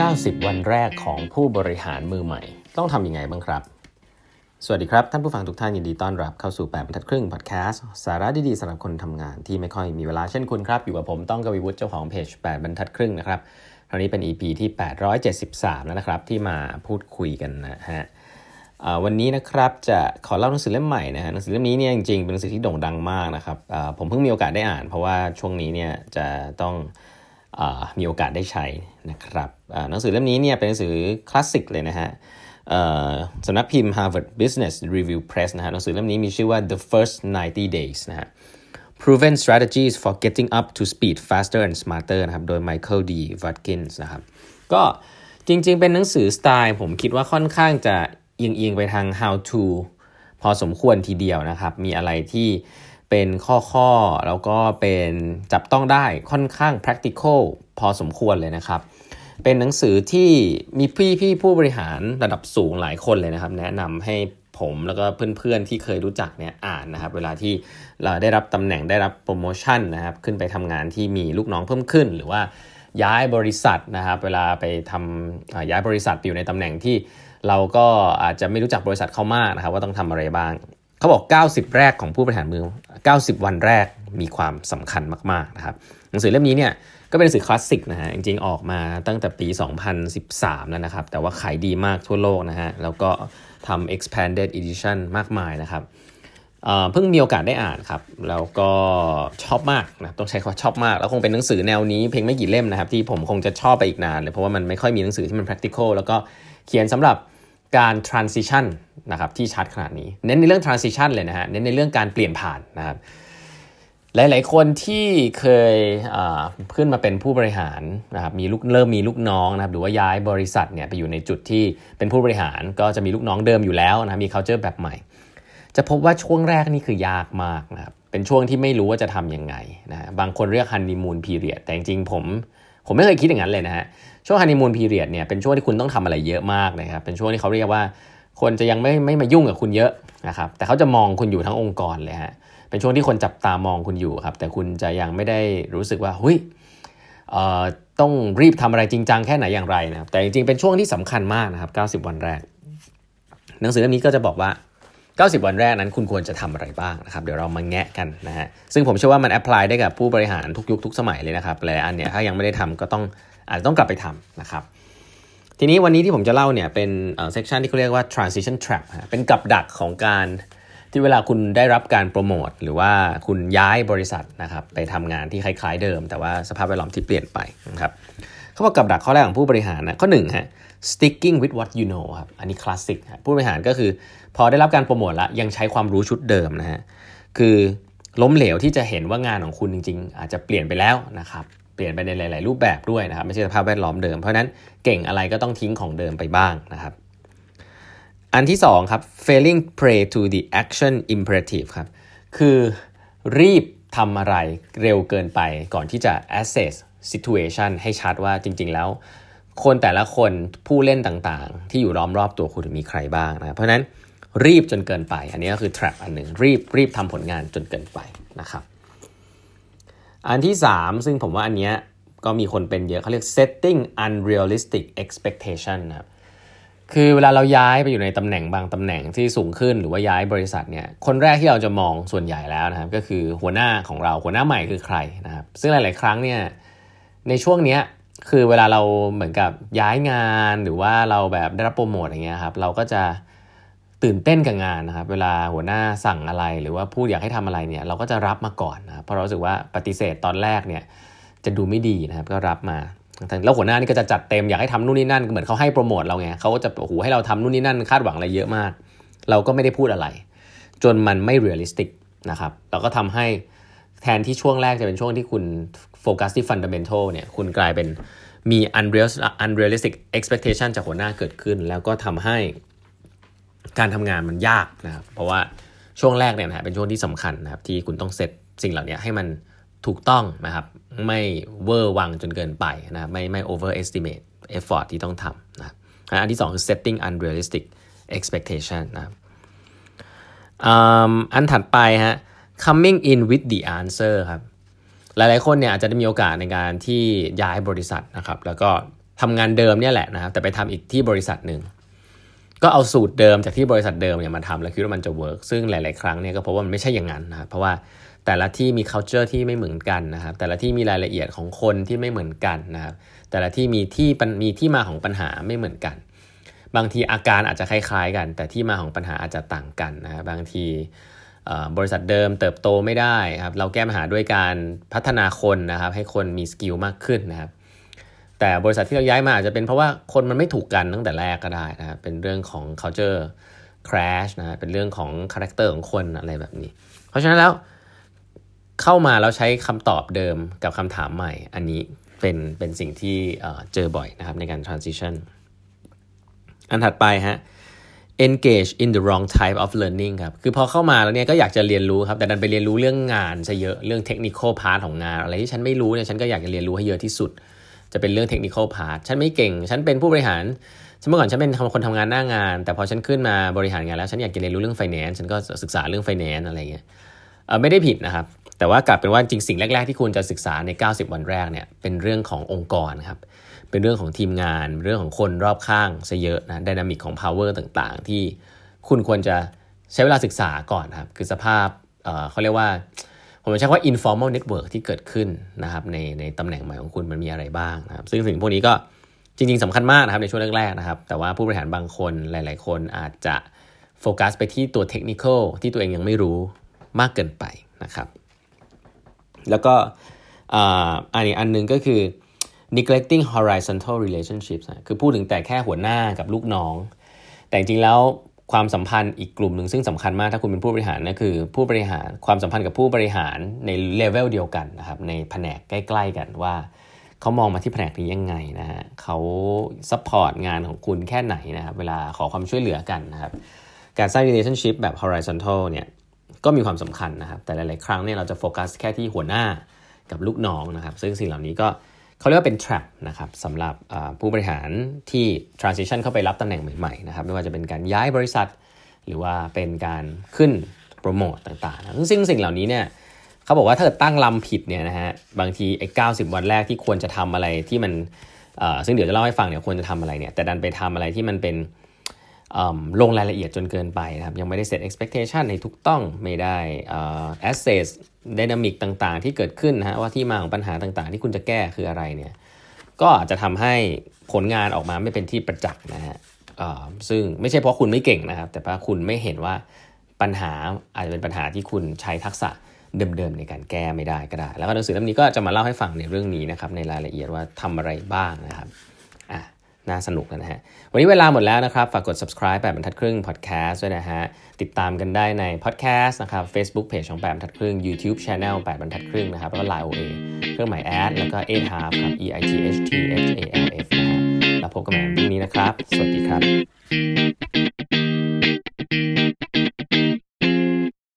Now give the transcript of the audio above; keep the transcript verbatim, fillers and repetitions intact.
สิบ วันแรกของผู้บริหารมือใหม่ต้องทำยังไงบ้างครับสวัสดีครับท่านผู้ฟังทุกท่านยินดีต้อนรับเข้าสู่แปดบรรทัดครึ่งพอดแคสต์สาระดีๆสำหรับคนทำงานที่ไม่ค่อยมีเวลาเช่นคุณครับอยู่กับผมต้องกวีวุฒิเจ้าของเพจแปดบรรทัดครึ่งนะครับคราวนี้เป็น อี พี ที่แปดร้อยเจ็ดสิบสามแล้วนะครับที่มาพูดคุยกันนะฮะวันนี้นะครับจะขอเล่าหนังสือเล่มใหม่นะฮะหนังสือเล่มนี้เนี่ยจริงๆเป็นหนังสือที่โด่งดังมากนะครับผมเพิ่งมีโอกาสได้อ่านเพราะว่าช่วงนี้เนี่ยจะต้องมีโอกาสได้ใช้นะครับหนังสือเล่มนี้เนี่ยเป็นหนังสือคลาสสิกเลยนะฮะสำนักพิมพ์ Harvard Business Review Press นะฮะหนังสือเล่มนี้มีชื่อว่า The First ninety days นะฮะ Proven Strategies for Getting Up to Speed Faster and Smarter นะครับโดย Michael D. Watkins นะครับก็จริงๆเป็นหนังสือสไตล์ผมคิดว่าค่อนข้างจะเอียงๆไปทาง how to พอสมควรทีเดียวนะครับมีอะไรที่เป็นข้อๆแล้วก็เป็นจับต้องได้ค่อนข้าง practical พอสมควรเลยนะครับเป็นหนังสือที่มีพี่ๆผู้บริหารระดับสูงหลายคนเลยนะครับแนะนำให้ผมแล้วก็เพื่อนๆที่เคยรู้จักเนี่ยอ่านนะครับเวลาที่เราได้รับตำแหน่งได้รับโปรโมชั่นนะครับขึ้นไปทำงานที่มีลูกน้องเพิ่มขึ้นหรือว่าย้ายบริษัทนะครับเวลาไปทำย้ายบริษัทไปอยู่ในตำแหน่งที่เราก็อาจจะไม่รู้จักบริษัทเขามากนะครับว่าต้องทำอะไรบ้างเขาบอกเก้าสิบแรกของผู้บริหารมือเก้าสิบวันแรกมีความสำคัญมากๆนะครับหนังสือเล่มนี้เนี่ยก็เป็นหนังสือคลาสสิกนะฮะจริงๆออกมาตั้งแต่ปีสองพันสิบสามแล้วนะครับแต่ว่าขายดีมากทั่วโลกนะฮะแล้วก็ทำ expanded edition มากมายนะครับเอ่อเพิ่งมีโอกาสได้อ่านครับแล้วก็ชอบมากนะต้องใช้คำว่าชอบมากแล้วคงเป็นหนังสือแนวนี้เพียงไม่กี่เล่มนะครับที่ผมคงจะชอบไปอีกนานเลยเพราะว่ามันไม่ค่อยมีหนังสือที่มัน practical แล้วก็เขียนสำหรับการ transition นะครับที่ชัดขนาดนี้เน้นในเรื่อง transition เลยนะฮะเน้นในเรื่องการเปลี่ยนผ่านนะครับหลายๆคนที่เคยขึ้นมาเป็นผู้บริหารนะครับมีลูกเริ่มมีลูกน้องนะครับหรือว่าย้ายบริษัทเนี่ยไปอยู่ในจุดที่เป็นผู้บริหารก็จะมีลูกน้องเดิมอยู่แล้วนะมี culture แบบใหม่จะพบว่าช่วงแรกนี่คือยากมากนะครับเป็นช่วงที่ไม่รู้ว่าจะทำยังไงนะบางคนเรียก honeymoon period แต่จริงๆผมผมไม่เคยคิดอย่างนั้นเลยนะฮะช่วง honeymoon period เนี่ยเป็นช่วงที่คุณต้องทำอะไรเยอะมากนะครับเป็นช่วงที่เขาเรียกว่าคนจะยังไม่ไม่มายุ่งกับคุณเยอะนะครับแต่เขาจะมองคุณอยู่ทั้งองค์กรเลยฮะเป็นช่วงที่คนจับตามองคุณอยู่ครับแต่คุณจะยังไม่ได้รู้สึกว่าเฮ้ยเอ่อต้องรีบทำอะไรจริงจังแค่ไหนอย่างไรนะครับแต่จริงๆเป็นช่วงที่สำคัญมากนะครับเก้าสิบวันแรกหนังสือเล่มนี้ก็จะบอกว่าเก้าสิบวันแรกนั้นคุณควรจะทำอะไรบ้างนะครับเดี๋ยวเรามาแงะกันนะฮะซึ่งผมเชื่อว่ามันแอพพลายได้กับผู้บริหารทุกยุคทุกสมัยเลยนะครับหลายอันเนี่ยถ้ายังไม่ได้ทำก็ต้องอาจจะต้องกลับไปทำนะครับทีนี้วันนี้ที่ผมจะเล่าเนี่ยเป็นเอ่อเซกชันที่เขาเรียกว่า transition trap เป็นกับดักของการที่เวลาคุณได้รับการโปรโมทหรือว่าคุณย้ายบริษัทนะครับไปทำงานที่คล้ายๆเดิมแต่ว่าสภาพแวดล้อมที่เปลี่ยนไปนะครับเขาบอกกับดักข้อแรกของผู้บริหารนะข้อหนึ่งฮะ sticking with what you know ครับอันนี้คลาสสิกผู้บริหารก็คือพอได้รับการโปรโมทแล้วยังใช้ความรู้ชุดเดิมนะฮะคือล้มเหลวที่จะเห็นว่างานของคุณจริงๆอาจจะเปลี่ยนไปแล้วนะครับเปลี่ยนไปในหลายๆรูปแบบด้วยนะครับไม่ใช่สภาพแวดล้อมเดิมเพราะนั้นเก่งอะไรก็ต้องทิ้งของเดิมไปบ้างนะครับอันที่สองครับ failing prey to the action imperative ครับคือรีบทำอะไรเร็วเกินไปก่อนที่จะ assess situation ให้ชัดว่าจริงๆแล้วคนแต่ละคนผู้เล่นต่างๆที่อยู่ล้อมรอบตัวคุณมีใครบ้างนะเพราะฉะนั้นรีบจนเกินไปอันนี้ก็คือ trap อันหนึ่งรีบรีบทำผลงานจนเกินไปนะครับอันที่สามซึ่งผมว่าอันเนี้ยก็มีคนเป็นเยอะเขาเรียก setting unrealistic expectation นะครับคือเวลาเราย้ายไปอยู่ในตำแหน่งบางตำแหน่งที่สูงขึ้นหรือว่าย้ายบริษัทเนี่ยคนแรกที่เราจะมองส่วนใหญ่แล้วนะครับก็คือหัวหน้าของเราหัวหน้าใหม่คือใครนะครับซึ่งหลายๆครั้งเนี่ยในช่วงเนี้ยคือเวลาเราเหมือนกับย้ายงานหรือว่าเราแบบได้รับโปรโมทอย่างเงี้ยครับเราก็จะตื่นเต้นกับงานนะครับเวลาหัวหน้าสั่งอะไรหรือว่าพูดอยากให้ทำอะไรเนี่ยเราก็จะรับมาก่อนนะครับเพราะเรารู้สึกว่าปฏิเสธตอนแรกเนี่ยจะดูไม่ดีนะครับก็รับมาแล้วหัวหน้านี่ก็จะจัดเต็มอยากให้ทำนู่นนี่นั่นเหมือนเขาให้โปรโมทเราไงเขาก็จะโอ้โหให้เราทำนู่นนี่นั่นคาดหวังอะไรเยอะมากเราก็ไม่ได้พูดอะไรจนมันไม่เรียลลิสติกนะครับเราก็ทำให้แทนที่ช่วงแรกจะเป็นช่วงที่คุณโฟกัสที่ฟันดัมเมนทัลเนี่ยคุณกลายเป็นมี unrealistic expectation จากหัวหน้าเกิดขึ้นแล้วก็ทำให้การทำงานมันยากนะครับเพราะว่าช่วงแรกเนี่ยนะเป็นช่วงที่สำคัญนะครับที่คุณต้องเซตสิ่งเหล่านี้ให้มันถูกต้องนะครับไม่เวอร์วังจนเกินไปนะไม่ไม่ overestimate effort ที่ต้องทำนะครับอันที่สองคือ setting unrealistic expectation นะครับอันถัดไปฮะ coming in with the answer ครับหลายๆคนเนี่ยอาจจะได้มีโอกาสในการที่ย้ายบริษัทนะครับแล้วก็ทำงานเดิมเนี่ยแหละนะครับแต่ไปทำอีกที่บริษัทหนึ่งก็เอาสูตรเดิมจากที่บริษัทเดิมเนี่ยมาทำแล้วคิดว่ามันจะเวิร์กซึ่งหลายๆครั้งเนี่ยก็เพราะว่ามันไม่ใช่อย่างนั้นนะครับเพราะว่าแต่ละที่มี culture ที่ไม่เหมือนกันนะครับแต่ละที่มีรายละเอียดของคนที่ไม่เหมือนกันนะครับแต่ละที่มีที่มีที่มาของปัญหาไม่เหมือนกันบางทีอาการอาจจะคล้ายๆกันแต่ที่มาของปัญหาอาจจะต่างกันนะบางทีบริษัทเดิมเติบโตไม่ได้ครับเราแก้ปัญหาด้วยการพัฒนาคนนะครับให้คนมีสกิลมากขึ้นนะครับแต่บริษัทที่เราย้ายมาอาจจะเป็นเพราะว่าคนมันไม่ถูกกันตั้งแต่แรกก็ได้นะครับเป็นเรื่องของ culture crash นะเป็นเรื่องของ character ของคนอะไรแบบนี้เพราะฉะนั้นแล้วเข้ามาแล้วใช้คำตอบเดิมกับคำถามใหม่อันนี้เป็นเป็นสิ่งที่เจอบ่อยนะครับในการ transition อันถัดไปฮะ engage in the wrong type of learning ครับคือพอเข้ามาแล้วเนี่ยก็อยากจะเรียนรู้ครับแต่ดันไปเรียนรู้เรื่องงานซะเยอะเรื่อง technical part ของงานอะไรที่ฉันไม่รู้เนี่ยฉันก็อยากจะเรียนรู้ให้เยอะที่สุดจะเป็นเรื่อง technical part ฉันไม่เก่งฉันเป็นผู้บริหารเมื่อก่อนฉันเป็นคนทำงานหน้างานแต่พอฉันขึ้นมาบริหารงานแล้วฉันอยากจะเรียนรู้เรื่อง finance ฉันก็ศึกษาเรื่อง finance อะไรเงี้ยเออไม่ได้ผิดนะครับแต่ว่ากลับเป็นว่าจริงสิ่งแรกๆที่คุณจะศึกษาในเก้าสิบวันแรกเนี่ยเป็นเรื่องขององค์กรครับเป็นเรื่องของทีมงานเรื่องของคนรอบข้างซะเยอะนะ dynamic ของ power ต่างๆที่คุณควรจะใช้เวลาศึกษาก่อนครับคือสภาพ เอ่อ เขาเรียกว่าผมจะใช้ว่า informal network ที่เกิดขึ้นนะครับในในตำแหน่งใหม่ของคุณมันมีอะไรบ้างนะครับซึ่งสิ่งพวกนี้ก็จริงๆสำคัญมากนะครับในช่วงแรกๆนะครับแต่ว่าผู้บริหารบางคนหลายๆคนอาจจะโฟกัสไปที่ตัวเทคนิคอลที่ตัวเองยังไม่รู้มากเกินไปนะครับแล้วก็อันนี้อันนึงก็คือ neglecting horizontal relationships นะคือพูดถึงแต่แค่หัวหน้ากับลูกน้องแต่จริงๆแล้วความสัมพันธ์อีกกลุ่มหนึ่งซึ่งสำคัญมากถ้าคุณเป็นผู้บริหารนะคือผู้บริหารความสัมพันธ์กับผู้บริหารในเลเวลเดียวกันนะครับในแผนกใกล้ๆกันว่าเขามองมาที่แผนกนี้ยังไงนะฮะเขาซัพพอร์ตงานของคุณแค่ไหนนะครับเวลาขอความช่วยเหลือกันนะครับการสร้าง relationship แบบ horizontal เนี่ยก็มีความสำคัญนะครับแต่หลายๆครั้งเนี่ยเราจะโฟกัสแค่ที่หัวหน้ากับลูกน้องนะครับซึ่งสิ่งเหล่านี้ก็เขาเรียกว่าเป็น trap นะครับสำหรับผู้บริหารที่ transition เข้าไปรับตำแหน่งใหม่ๆนะครับไม่ว่าจะเป็นการย้ายบริษัทหรือว่าเป็นการขึ้นโปรโมตต่างๆนะซึ่งสิ่งเหล่านี้เนี่ยเขาบอกว่าถ้าเกิดตั้งลำผิดเนี่ยนะฮะบางทีไอ้เก้าสิบวันแรกที่ควรจะทำอะไรที่มันซึ่งเดี๋ยวจะเล่าให้ฟังเนี่ยควรจะทำอะไรเนี่ยแต่ดันไปทำอะไรที่มันเป็นลงรายละเอียดจนเกินไปนะครับยังไม่ได้ set expectation ให้ถูกต้องไม่ได้ assess dynamic ต่างๆที่เกิดขึ้นนะฮะว่าที่มาของปัญหาต่างๆที่คุณจะแก้คืออะไรเนี่ยก็อาจจะทำให้ผลงานออกมาไม่เป็นที่ประจักษ์นะฮะซึ่งไม่ใช่เพราะคุณไม่เก่งนะครับแต่เพราะคุณไม่เห็นว่าปัญหาอาจจะเป็นปัญหาที่คุณใช้ทักษะเดิมๆในการแก้ไม่ได้ก็ได้แล้วก็หนังสือเล่มนี้ก็จะมาเล่าให้ฟังในเรื่องนี้นะครับในรายละเอียดว่าทำอะไรบ้างนะครับอ่ะน่าสนุกนะฮะวันนี้เวลาหมดแล้วนะครับฝากกด subscribe แปดบรรทัดครึ่ง podcast ด้วยนะฮะติดตามกันได้ใน podcast นะครับ Facebook page ของแปดบรรทัดครึ่ง YouTube channel แปดบรรทัดครึ่งนะครับแล้วก็ ไลน์ โอ เอ เครื่องหมาย แอด แล้วก็ เอ ไอ เอช ครับ E I T H T H A L F นะฮะแล้วพบกันใหม่พรุ่งนี้นะครับสวัสดีครับ